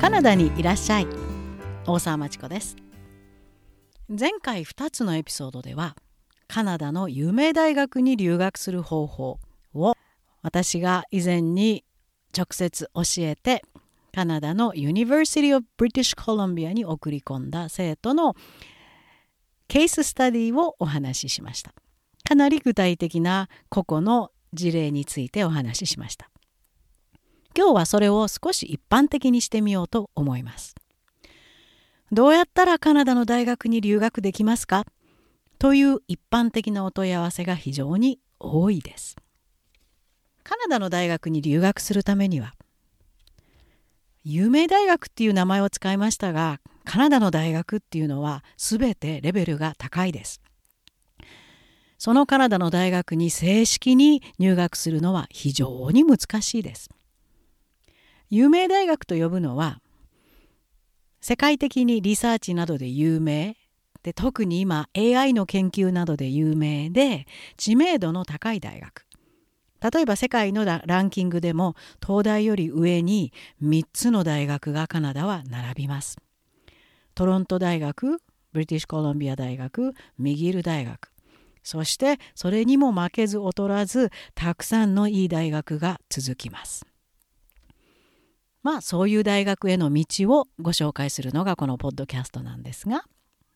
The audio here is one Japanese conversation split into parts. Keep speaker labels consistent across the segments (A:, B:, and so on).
A: カナダにいらっしゃい。大沢まちこです。前回2つのエピソードではカナダの有名大学に留学する方法を私が以前に直接教えてカナダの University of British Columbia に送り込んだ生徒のケーススタディをお話ししました。かなり具体的な個々の事例についてお話ししました。今日はそれを少し一般的にしてみようと思います。どうやったらカナダの大学に留学できますかという一般的なお問い合わせが非常に多いです。カナダの大学に留学するためには有名大学っていう名前を使いましたが、カナダの大学っていうのは全てレベルが高いです。そのカナダの大学に正式に入学するのは非常に難しいです。有名大学と呼ぶのは世界的にリサーチなどで有名で、特に今 AI の研究などで有名で知名度の高い大学。例えば世界のランキングでも東大より上に3つの大学がカナダは並びます。トロント大学、ブリティッシュコロンビア大学、ミギル大学、そしてそれにも負けず劣らずたくさんのいい大学が続きます。そういう大学への道をご紹介するのがこのポッドキャストなんですが、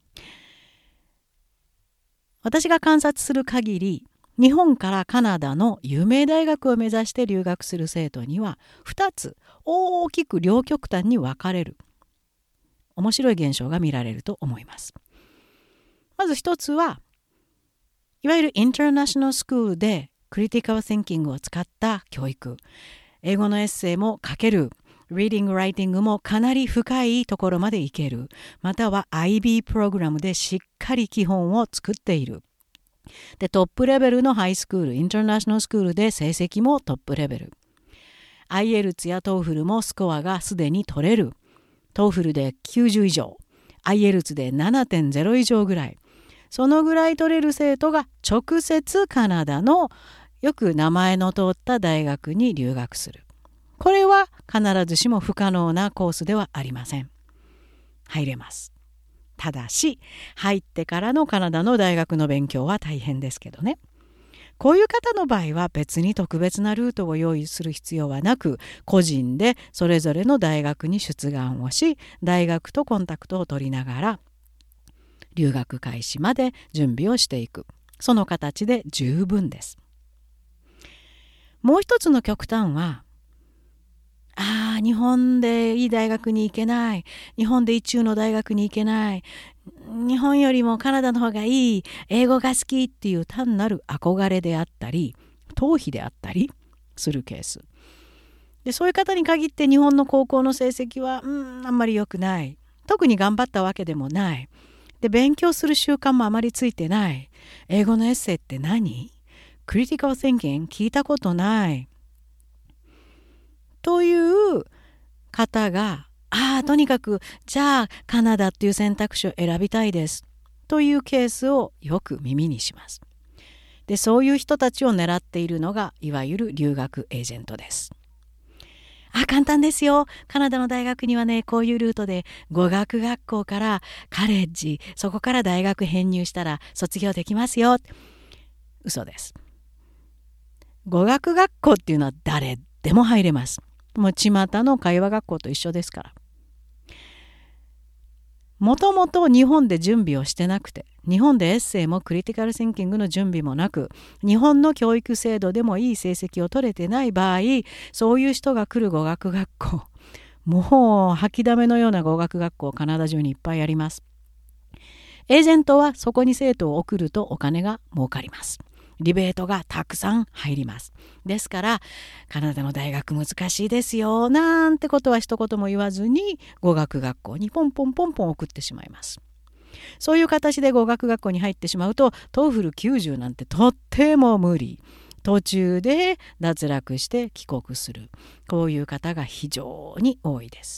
A: 私が観察する限り日本からカナダの有名大学を目指して留学する生徒には2つ大きく両極端に分かれる面白い現象が見られると思います。まず一つはいわゆるインターナショナルスクールでクリティカル・シンキングを使った教育、英語のエッセイも書ける、リーディング・ライティングもかなり深いところまでいける、または IB プログラムでしっかり基本を作っている。で、トップレベルのハイスクール、インターナショナルスクールで成績もトップレベル。IELTS や TOEFL もスコアがすでに取れる。TOEFL で90以上、IELTS で 7.0 以上ぐらい。そのぐらい取れる生徒が直接カナダのよく名前の通った大学に留学する。これは必ずしも不可能なコースではありません。入れます。ただし、入ってからのカナダの大学の勉強は大変ですけどね。こういう方の場合は別に特別なルートを用意する必要はなく、個人でそれぞれの大学に出願をし、大学とコンタクトを取りながら留学開始まで準備をしていく。その形で十分です。もう一つの極端は、日本でいい大学に行けない、日本で一中の大学に行けない、日本よりもカナダの方がいい、英語が好きっていう単なる憧れであったり逃避であったりするケースで、そういう方に限って日本の高校の成績はあんまり良くない、特に頑張ったわけでもない、で勉強する習慣もあまりついてない、英語のエッセイって何、クリティカル・シンキング聞いたことないという方が、とにかくじゃあカナダっていう選択肢を選びたいですというケースをよく耳にします。で、そういう人たちを狙っているのがいわゆる留学エージェントです。簡単ですよ、カナダの大学にはね、こういうルートで語学学校からカレッジ、そこから大学編入したら卒業できますよ。嘘です。語学学校っていうのは誰でも入れます。もう巷の会話学校と一緒ですから。もともと日本で準備をしてなくて、日本でエッセイもクリティカル・シンキングの準備もなく、日本の教育制度でもいい成績を取れてない場合、そういう人が来る語学学校、もう吐きだめのような語学学校カナダ中にいっぱいあります。エージェントはそこに生徒を送るとお金が儲かります。リベートがたくさん入ります。ですからカナダの大学難しいですよなんてことは一言も言わずに語学学校にポンポンポンポン送ってしまいます。そういう形で語学学校に入ってしまうと TOEFL90 なんてとっても無理、途中で脱落して帰国する、こういう方が非常に多いです。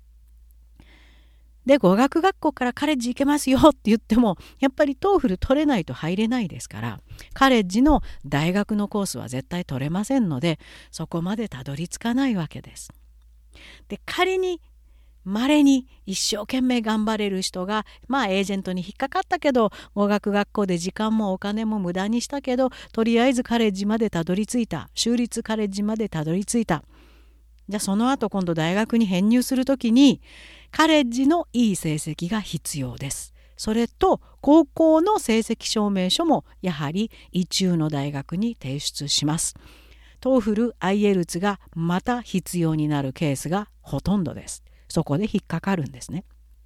A: で、語学学校からカレッジ行けますよって言ってもやっぱりTOEFL取れないと入れないですから、カレッジの大学のコースは絶対取れませんので、そこまでたどり着かないわけです。で、仮に稀に一生懸命頑張れる人が、エージェントに引っかかったけど、語学学校で時間もお金も無駄にしたけど、とりあえずカレッジまでたどり着いた。州立カレッジまでたどり着いた。じゃあその後今度大学に編入するときに、カレッジのいい成績が必要です。それと高校の成績証明書もやはり意中の大学に提出します。トーフル、IELTS がまた必要になるケースがほとんどです。そこで引っかかるんですね。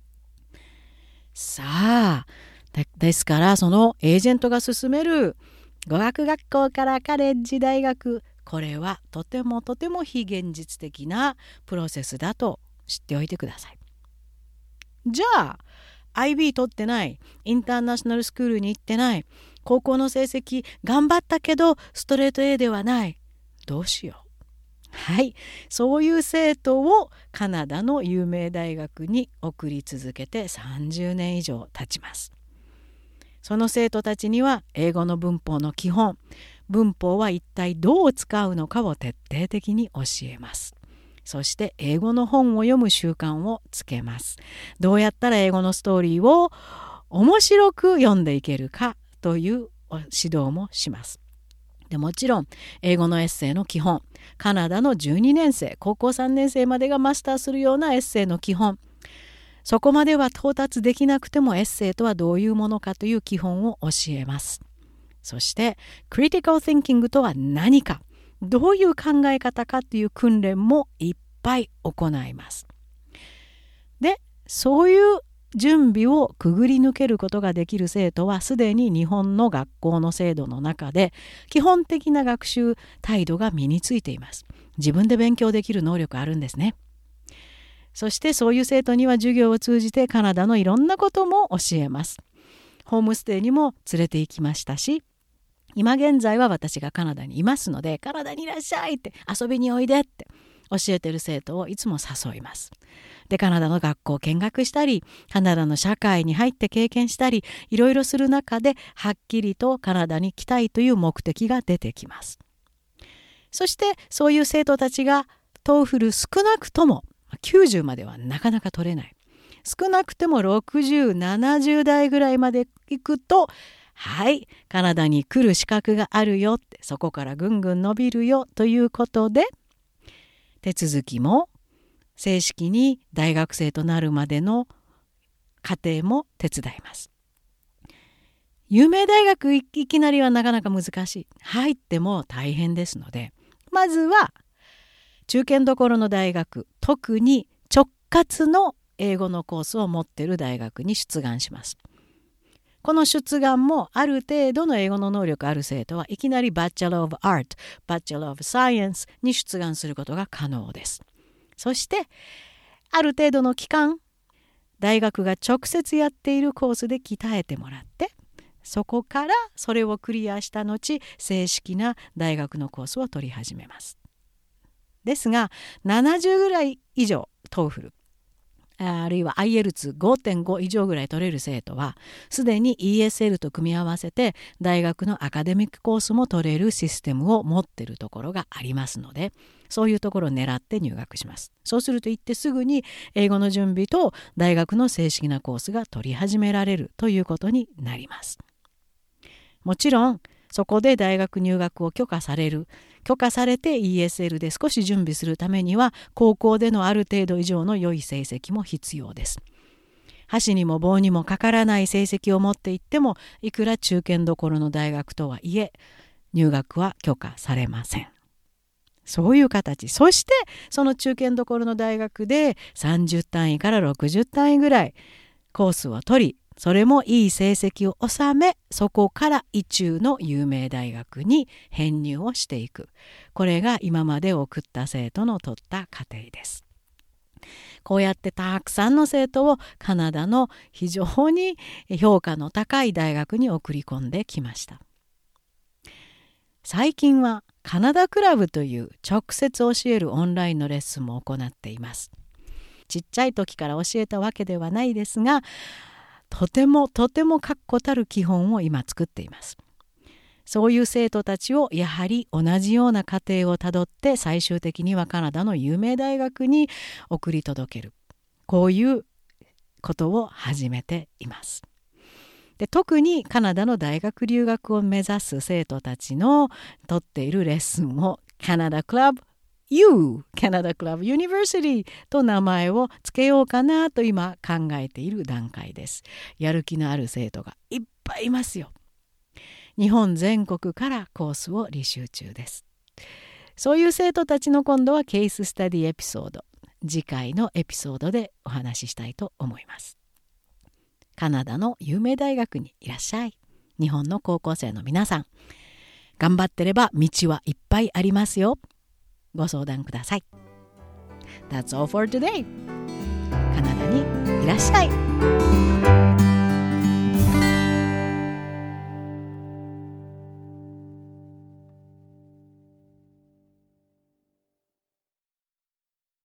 A: さあ、ですからそのエージェントが勧める語学学校からカレッジ大学、これはとてもとても非現実的なプロセスだと知っておいてください。じゃあ IB 取ってない、インターナショナルスクールに行ってない、高校の成績頑張ったけどストレート A ではない、どうしよう。はい、そういう生徒をカナダの有名大学に送り続けて30年以上経ちます。その生徒たちには英語の文法の基本、文法は一体どう使うのかを徹底的に教えます。そして英語の本を読む習慣をつけます。どうやったら英語のストーリーを面白く読んでいけるかという指導もします。でもちろん英語のエッセイの基本、カナダの12年生、高校3年生までがマスターするようなエッセイの基本、そこまでは到達できなくてもエッセイとはどういうものかという基本を教えます。そしてクリティカル・シンキングとは何か、どういう考え方かという訓練もいっぱい行います。で、そういう準備をくぐり抜けることができる生徒はすでに日本の学校の制度の中で基本的な学習態度が身についています。自分で勉強できる能力あるんですね。そしてそういう生徒には授業を通じてカナダのいろんなことも教えます。ホームステイにも連れて行きましたし、今現在は私がカナダにいますので、カナダにいらっしゃいって遊びにおいでって教えてる生徒をいつも誘います。で、カナダの学校を見学したり、カナダの社会に入って経験したり、いろいろする中ではっきりとカナダに来たいという目的が出てきます。そしてそういう生徒たちがトーフル少なくとも90まではなかなか取れない。少なくても60、70代ぐらいまで行くと、はい、カナダに来る資格があるよって、そこからぐんぐん伸びるよということで、手続きも正式に大学生となるまでの過程も手伝います。有名大学いきなりはなかなか難しい。入っても大変ですので、まずは中堅どころの大学、特に直轄の英語のコースを持っている大学に出願します。この出願もある程度の英語の能力ある生徒はいきなり Bachelor of Art、Bachelor of Science に出願することが可能です。そしてある程度の期間、大学が直接やっているコースで鍛えてもらって、そこからそれをクリアした後、正式な大学のコースを取り始めます。ですが70ぐらい以上 TOEFL あるいは IELTS5.5 以上ぐらい取れる生徒はすでに ESL と組み合わせて大学のアカデミックコースも取れるシステムを持っているところがありますので、そういうところを狙って入学します。そうすると行ってすぐに英語の準備と大学の正式なコースが取り始められるということになります。もちろんそこで大学入学を許可されて ESL で少し準備するためには高校でのある程度以上の良い成績も必要です。箸にも棒にもかからない成績を持っていってもいくら中堅どころの大学とはいえ入学は許可されません。そういう形。そしてその中堅どころの大学で30単位から60単位ぐらいコースを取り、それもいい成績を収め、そこから意中の有名大学に編入をしていく。これが今まで送った生徒の取った過程です。こうやってたくさんの生徒をカナダの非常に評価の高い大学に送り込んできました。最近はカナダクラブという直接教えるオンラインのレッスンも行っています。ちっちゃい時から教えたわけではないですが、とても確固たる基本を今作っています。そういう生徒たちをやはり同じような過程をたどって最終的にはカナダの有名大学に送り届ける。 こういうことを始めています。で、特にカナダの大学留学を目指す生徒たちのとっているレッスンをカナダクラブ U カナダクラブユニバーシティと名前をつけようかなと今考えている段階です。やる気のある生徒がいっぱいいますよ。日本全国からコースを履修中です。そういう生徒たちの今度はケーススタディエピソード、次回のエピソードでお話ししたいと思います。カナダの有名大学にいらっしゃい。日本の高校生の皆さん、頑張ってれば道はいっぱいありますよ。ご相談ください。That's all for today. カナダにいらっしゃい。